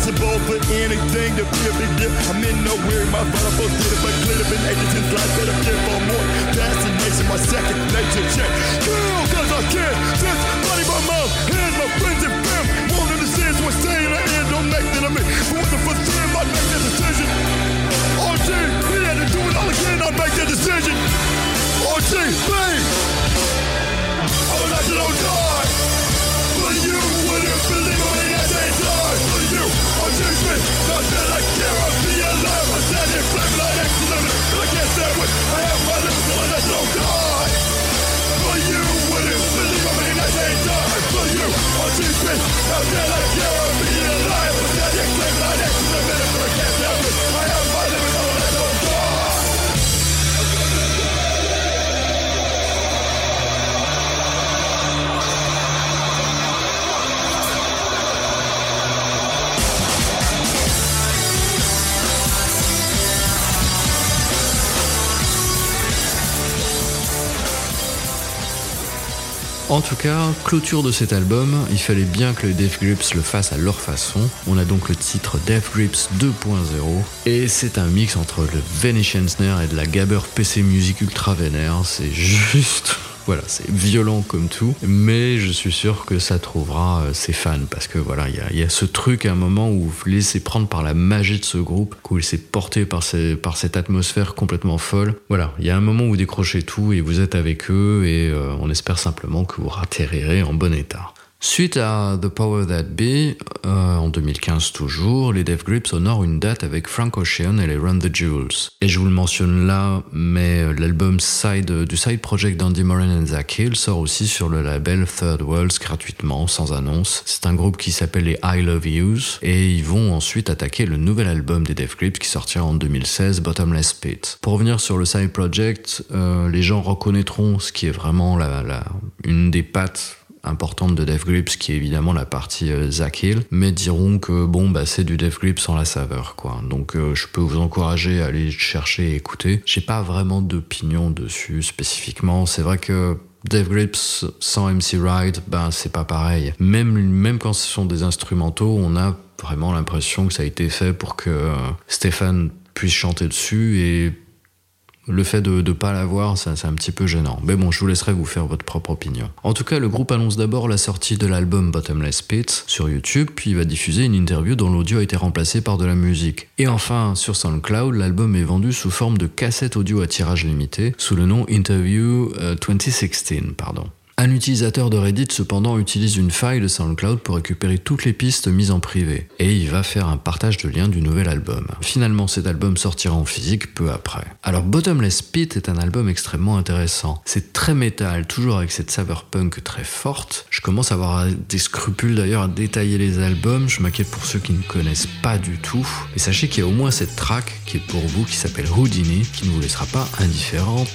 Impossible for anything to be a big deal. I'm in no weary, my vulnerable theater, but clear to been ages since life that I'm here for more. Fascination, my second nature check. Girl, cause I can't just body my mouth, and my friends and fam. Won't understand what's saying I end, don't make that of me. But what the first time I make that decision? O G, we had to do it all again, I'll make that decision. O G, bang! I would like to know die. For you, wouldn't believe me, that they die. For you, O G, me, not that I care, I'll be alive. I stand here, flame like excellent, but I can't stand with. I have my lips, so I let no die. For you, wouldn't believe me, that they die. For you, O G, me, not that I care, I'll be alive. I stand here, flame like excellent, but I can't stand with. I have my lips, so I let no die. En tout cas, clôture de cet album, il fallait bien que les Death Grips le fassent à leur façon. On a donc le titre Death Grips deux point zéro et c'est un mix entre le Venetian Snare et de la Gabber P C Music ultra vénère. C'est juste... Voilà, c'est violent comme tout, mais je suis sûr que ça trouvera euh, ses fans, parce que voilà, il y, y a ce truc à un moment où vous vous laissez prendre par la magie de ce groupe, où il s'est porté par, ces, par cette atmosphère complètement folle. Voilà, il y a un moment où vous décrochez tout et vous êtes avec eux, et euh, on espère simplement que vous atterrirez en bon état. Suite à The Power That Be, euh, en deux mille quinze toujours, les Death Grips honorent une date avec Frank Ocean et les Run the Jewels. Et je vous le mentionne là, mais l'album side, du side project d'Andy Moran et Zach Hill sort aussi sur le label Third Worlds gratuitement, sans annonce. C'est un groupe qui s'appelle les I Love Yous, et ils vont ensuite attaquer le nouvel album des Death Grips qui sortira en deux mille seize, Bottomless Pit. Pour revenir sur le side project, euh, les gens reconnaîtront ce qui est vraiment la, la, une des pattes importante de Death Grips, qui est évidemment la partie euh, Zach Hill, mais diront que bon bah c'est du Death Grips sans la saveur quoi. Donc euh, je peux vous encourager à aller chercher et écouter. J'ai pas vraiment d'opinion dessus spécifiquement. C'est vrai que Death Grips sans M C Ride, ben c'est pas pareil. Même même quand ce sont des instrumentaux, on a vraiment l'impression que ça a été fait pour que euh, Stéphane puisse chanter dessus, et le fait de ne pas l'avoir, ça, c'est un petit peu gênant. Mais bon, je vous laisserai vous faire votre propre opinion. En tout cas, le groupe annonce d'abord la sortie de l'album Bottomless Pit sur YouTube, puis il va diffuser une interview dont l'audio a été remplacé par de la musique. Et enfin, sur SoundCloud, l'album est vendu sous forme de cassette audio à tirage limité, sous le nom Interview euh, deux mille seize, pardon. Un utilisateur de Reddit cependant utilise une faille de SoundCloud pour récupérer toutes les pistes mises en privé, et il va faire un partage de liens du nouvel album. Finalement, cet album sortira en physique peu après. Alors Bottomless Pit est un album extrêmement intéressant. C'est très métal, toujours avec cette saveur punk très forte. Je commence à avoir des scrupules d'ailleurs à détailler les albums, je m'inquiète pour ceux qui ne connaissent pas du tout. Et sachez qu'il y a au moins cette track qui est pour vous, qui s'appelle Houdini, qui ne vous laissera pas indifférente.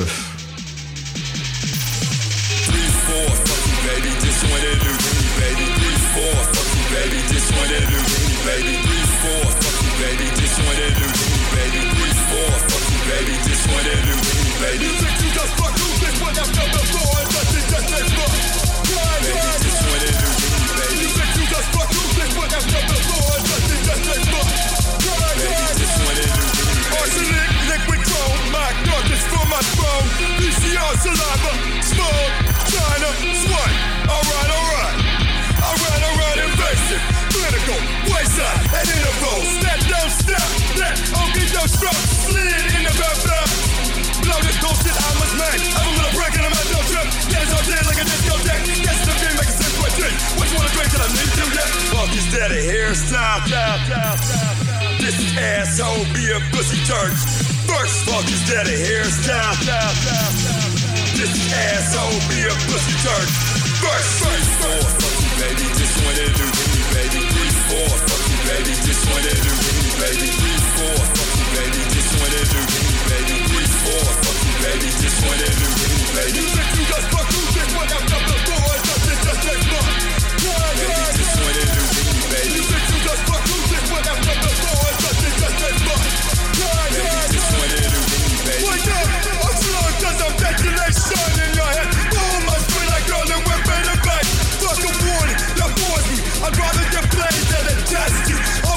Baby, this one and new, baby, three, four, fuck you, baby, this one and new, baby, three, four, fuck you, baby, this one and new, baby, three, four, fuck you, baby, this one and new, baby. You think you just fuck who this one after the floor and just it just ain't fuck. Baby, this one and new, baby. You think you just fuck who this one after the floor and just it just ain't fuck. Baby, this one and new, baby. Arsenic, liquid chrome, my darkness from my throne. P C R saliva, smoke. China, sweat, alright, alright. Alright, alright, invasive, clinical, wayside, and intervals. Step, don't step, that, okay, don't stop, slid in the back. Blow this bullshit, I must man. I'm a little break and I'm at no trip. Yeah, it's all day like a discotheque. Yes, the game makes sense, what drink? Which one to drink till I need to, yeah? Fuck is that a hairstyle? This asshole be a pussy church. First, fuck is that a hairstyle? This asshole be a pussy turd. First, first, four, fuck you, baby. This one and new, baby. Three, four, fuck you, baby. This one and new, baby. Three, four, fuck you, baby. This one and new, baby. Three, four, fuck you, baby. This one and new, baby. You think you just fuck who this one after the floor and just it just ain't fuck. Baby, this one and new, baby. You think you just fuck who this one after the floor and just it just ain't fuck. Baby, this one and new, baby. Wake up, I'm slow cause I'm detonation in your head. Oh, my spin like girl and we're ready to bang. Fuck a warning, that bores me. I'd rather get played than a test you.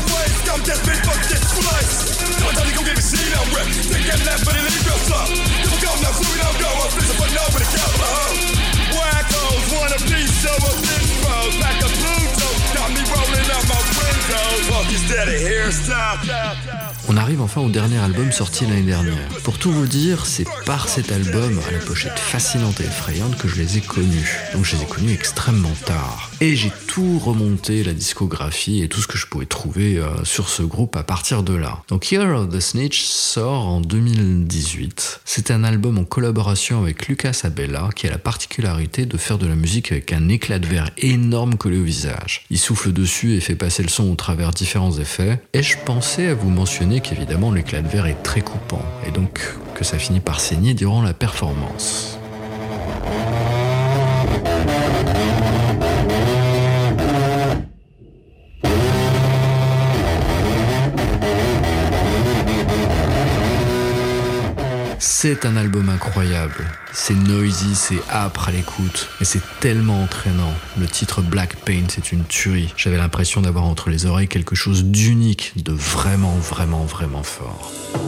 On arrive enfin au dernier album sorti l'année dernière. Pour tout vous dire, c'est par cet album, à la pochette fascinante et effrayante, que je les ai connus. Donc je les ai connus extrêmement tard. Et j'ai tout remonté, la discographie et tout ce que je pouvais trouver euh, sur ce groupe à partir de là. Donc Year of the Snitch sort en deux mille dix-huit. C'est un album en collaboration avec Lucas Abela, qui a la particularité de faire de la musique avec un éclat de verre énorme collé au visage. Il souffle dessus et fait passer le son au travers différents effets. Et je pensais à vous mentionner qu'évidemment l'éclat de verre est très coupant, et donc que ça finit par saigner durant la performance. C'est un album incroyable, c'est noisy, c'est âpre à l'écoute, et c'est tellement entraînant. Le titre Black Pain, c'est une tuerie. J'avais l'impression d'avoir entre les oreilles quelque chose d'unique, de vraiment, vraiment, vraiment fort.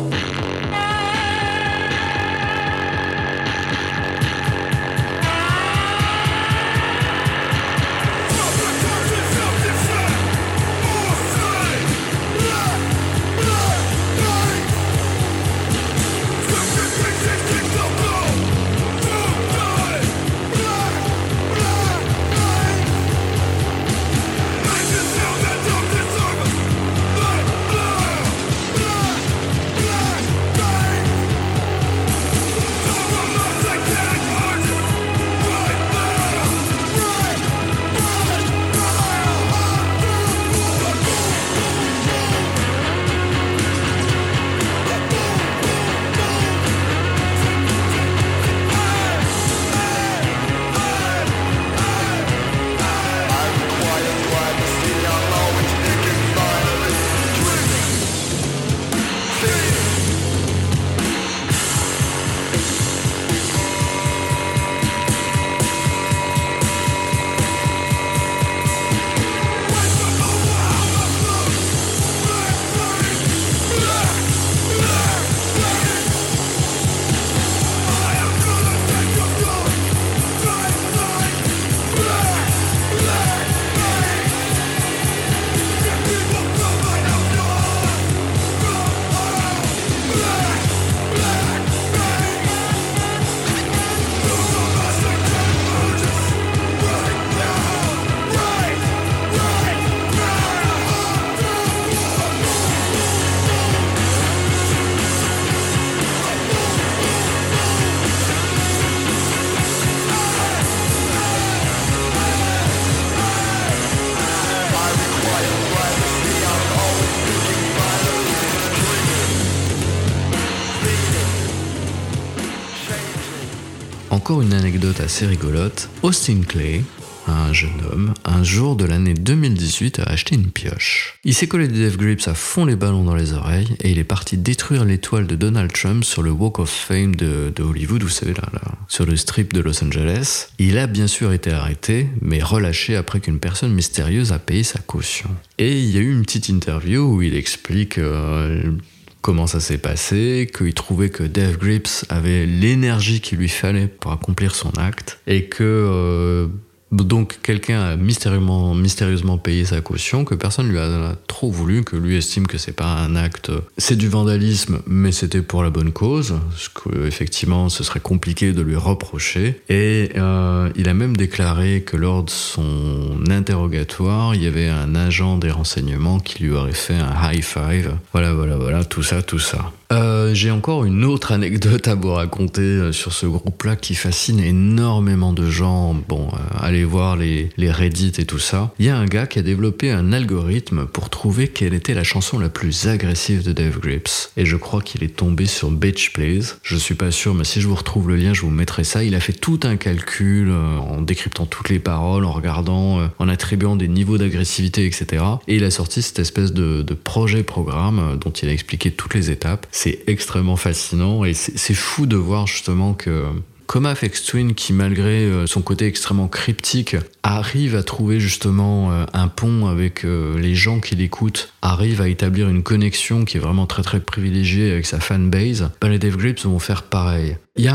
Encore une anecdote assez rigolote. Austin Clay, un jeune homme, un jour de l'année deux mille dix-huit, a acheté une pioche. Il s'est collé des Death Grips à fond les ballons dans les oreilles et il est parti détruire l'étoile de Donald Trump sur le Walk of Fame de, de Hollywood, vous savez, là, là, sur le strip de Los Angeles. Il a bien sûr été arrêté, mais relâché après qu'une personne mystérieuse a payé sa caution. Et il y a eu une petite interview où il explique... Euh, comment ça s'est passé, qu'il trouvait que Death Grips avait l'énergie qu'il lui fallait pour accomplir son acte, et que euh, donc quelqu'un a mystérieusement, mystérieusement payé sa caution, que personne lui a trop voulu, que lui estime que c'est pas un acte, c'est du vandalisme, mais c'était pour la bonne cause, ce que effectivement ce serait compliqué de lui reprocher. Et euh, il a même déclaré que lors de son interrogatoire, il y avait un agent des renseignements qui lui aurait fait un high five. Voilà, voilà, voilà, tout ça, tout ça. Euh, j'ai encore une autre anecdote à vous raconter sur ce groupe-là qui fascine énormément de gens. Bon, euh, allez voir les, les Reddit et tout ça. Il y a un gars qui a développé un algorithme pour trouver quelle était la chanson la plus agressive de Death Grips. Et je crois qu'il est tombé sur Bitch Please. Je suis pas sûr, mais si je vous retrouve le lien, je vous mettrai ça. Il a fait tout un calcul euh, en décryptant toutes les paroles, en regardant, euh, en attribuant des niveaux d'agressivité, et cetera. Et il a sorti cette espèce de, de projet-programme euh, dont il a expliqué toutes les étapes. C'est extrêmement fascinant et c'est, c'est fou de voir justement que comme Aphex Twin, qui malgré son côté extrêmement cryptique arrive à trouver justement un pont avec les gens qui l'écoutent, arrive à établir une connexion qui est vraiment très très privilégiée avec sa fanbase, ben les Death Grips vont faire pareil. Il y a un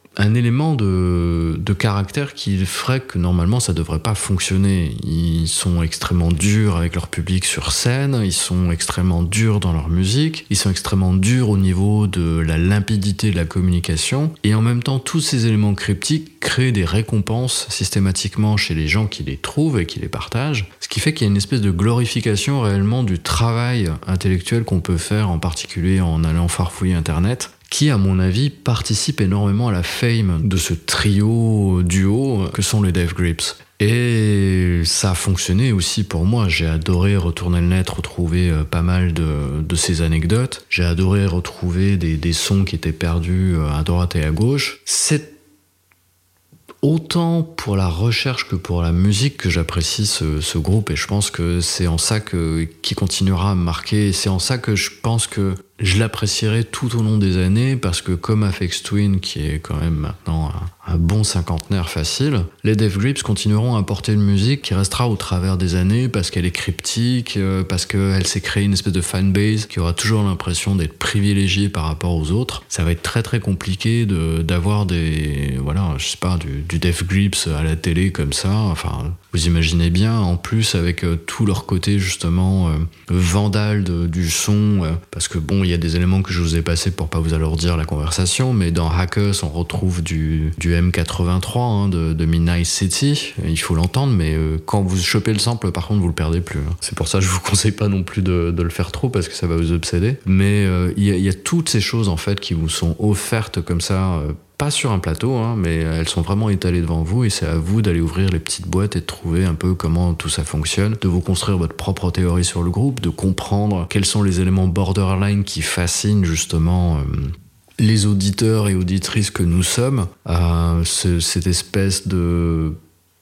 un élément de, de caractère qui ferait que normalement ça devrait pas fonctionner. Ils sont extrêmement durs avec leur public sur scène, ils sont extrêmement durs dans leur musique, ils sont extrêmement durs au niveau de la limpidité de la communication, et en même temps tous ces éléments cryptiques créent des récompenses systématiquement chez les gens qui les trouvent et qui les partagent, ce qui fait qu'il y a une espèce de glorification réellement du travail intellectuel qu'on peut faire, en particulier en allant farfouiller Internet, qui, à mon avis, participe énormément à la fame de ce trio duo que sont les Death Grips. Et ça a fonctionné aussi pour moi. J'ai adoré retourner le net, retrouver pas mal de, de ces anecdotes. J'ai adoré retrouver des, des sons qui étaient perdus à droite et à gauche. C'est autant pour la recherche que pour la musique que j'apprécie ce, ce groupe, et je pense que c'est en ça que, qu'il continuera à me marquer, et c'est en ça que je pense que je l'apprécierai tout au long des années, parce que comme Aphex Twin, qui est quand même maintenant un, un bon cinquantenaire facile, les Death Grips continueront à porter une musique qui restera au travers des années, parce qu'elle est cryptique, parce qu'elle s'est créée une espèce de fanbase qui aura toujours l'impression d'être privilégiée par rapport aux autres. Ça va être très très compliqué de, d'avoir des, voilà, je sais pas, du, du Death Grips à la télé comme ça. Enfin, vous imaginez bien, en plus avec euh, tout leur côté justement euh, vandale de, du son, euh, parce que bon, il y a des éléments que je vous ai passés pour pas vous alourdir la conversation, mais dans Hackers, on retrouve du, du M quatre-vingt-trois hein, de, de Midnight City, il faut l'entendre, mais euh, quand vous chopez le sample, par contre, vous le perdez plus. Hein. C'est pour ça que je vous conseille pas non plus de, de le faire trop, parce que ça va vous obséder. Mais euh, il y, y a toutes ces choses en fait qui vous sont offertes comme ça, euh, pas sur un plateau, hein, mais elles sont vraiment étalées devant vous, et c'est à vous d'aller ouvrir les petites boîtes et de trouver un peu comment tout ça fonctionne, de vous construire votre propre théorie sur le groupe, de comprendre quels sont les éléments borderline qui fascinent justement euh, les auditeurs et auditrices que nous sommes, euh, ce, cette espèce de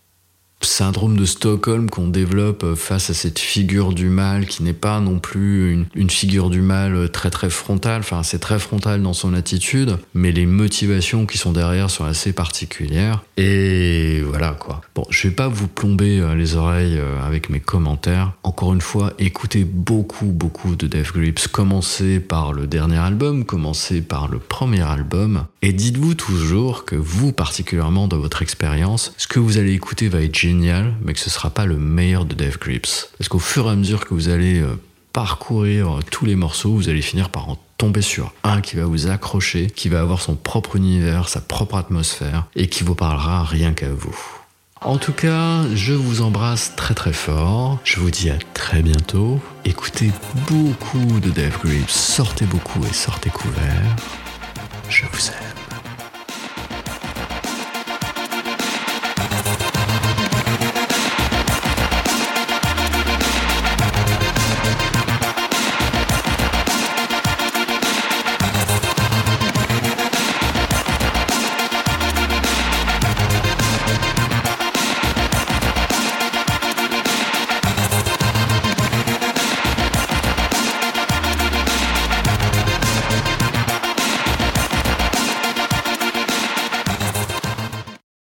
syndrome de Stockholm qu'on développe face à cette figure du mal qui n'est pas non plus une, une figure du mal très très frontale, enfin c'est très frontal dans son attitude, mais les motivations qui sont derrière sont assez particulières, et voilà quoi. Bon, je vais pas vous plomber les oreilles avec mes commentaires, encore une fois, écoutez beaucoup beaucoup de Death Grips, commencez par le dernier album, commencez par le premier album, et dites-vous toujours que vous particulièrement dans votre expérience, ce que vous allez écouter va être génial, mais que ce sera pas le meilleur de Death Grips. Parce qu'au fur et à mesure que vous allez euh, parcourir euh, tous les morceaux, vous allez finir par en tomber sur un qui va vous accrocher, qui va avoir son propre univers, sa propre atmosphère, et qui vous parlera rien qu'à vous. En tout cas, je vous embrasse très très fort, je vous dis à très bientôt, écoutez beaucoup de Death Grips, sortez beaucoup et sortez couverts, je vous aime.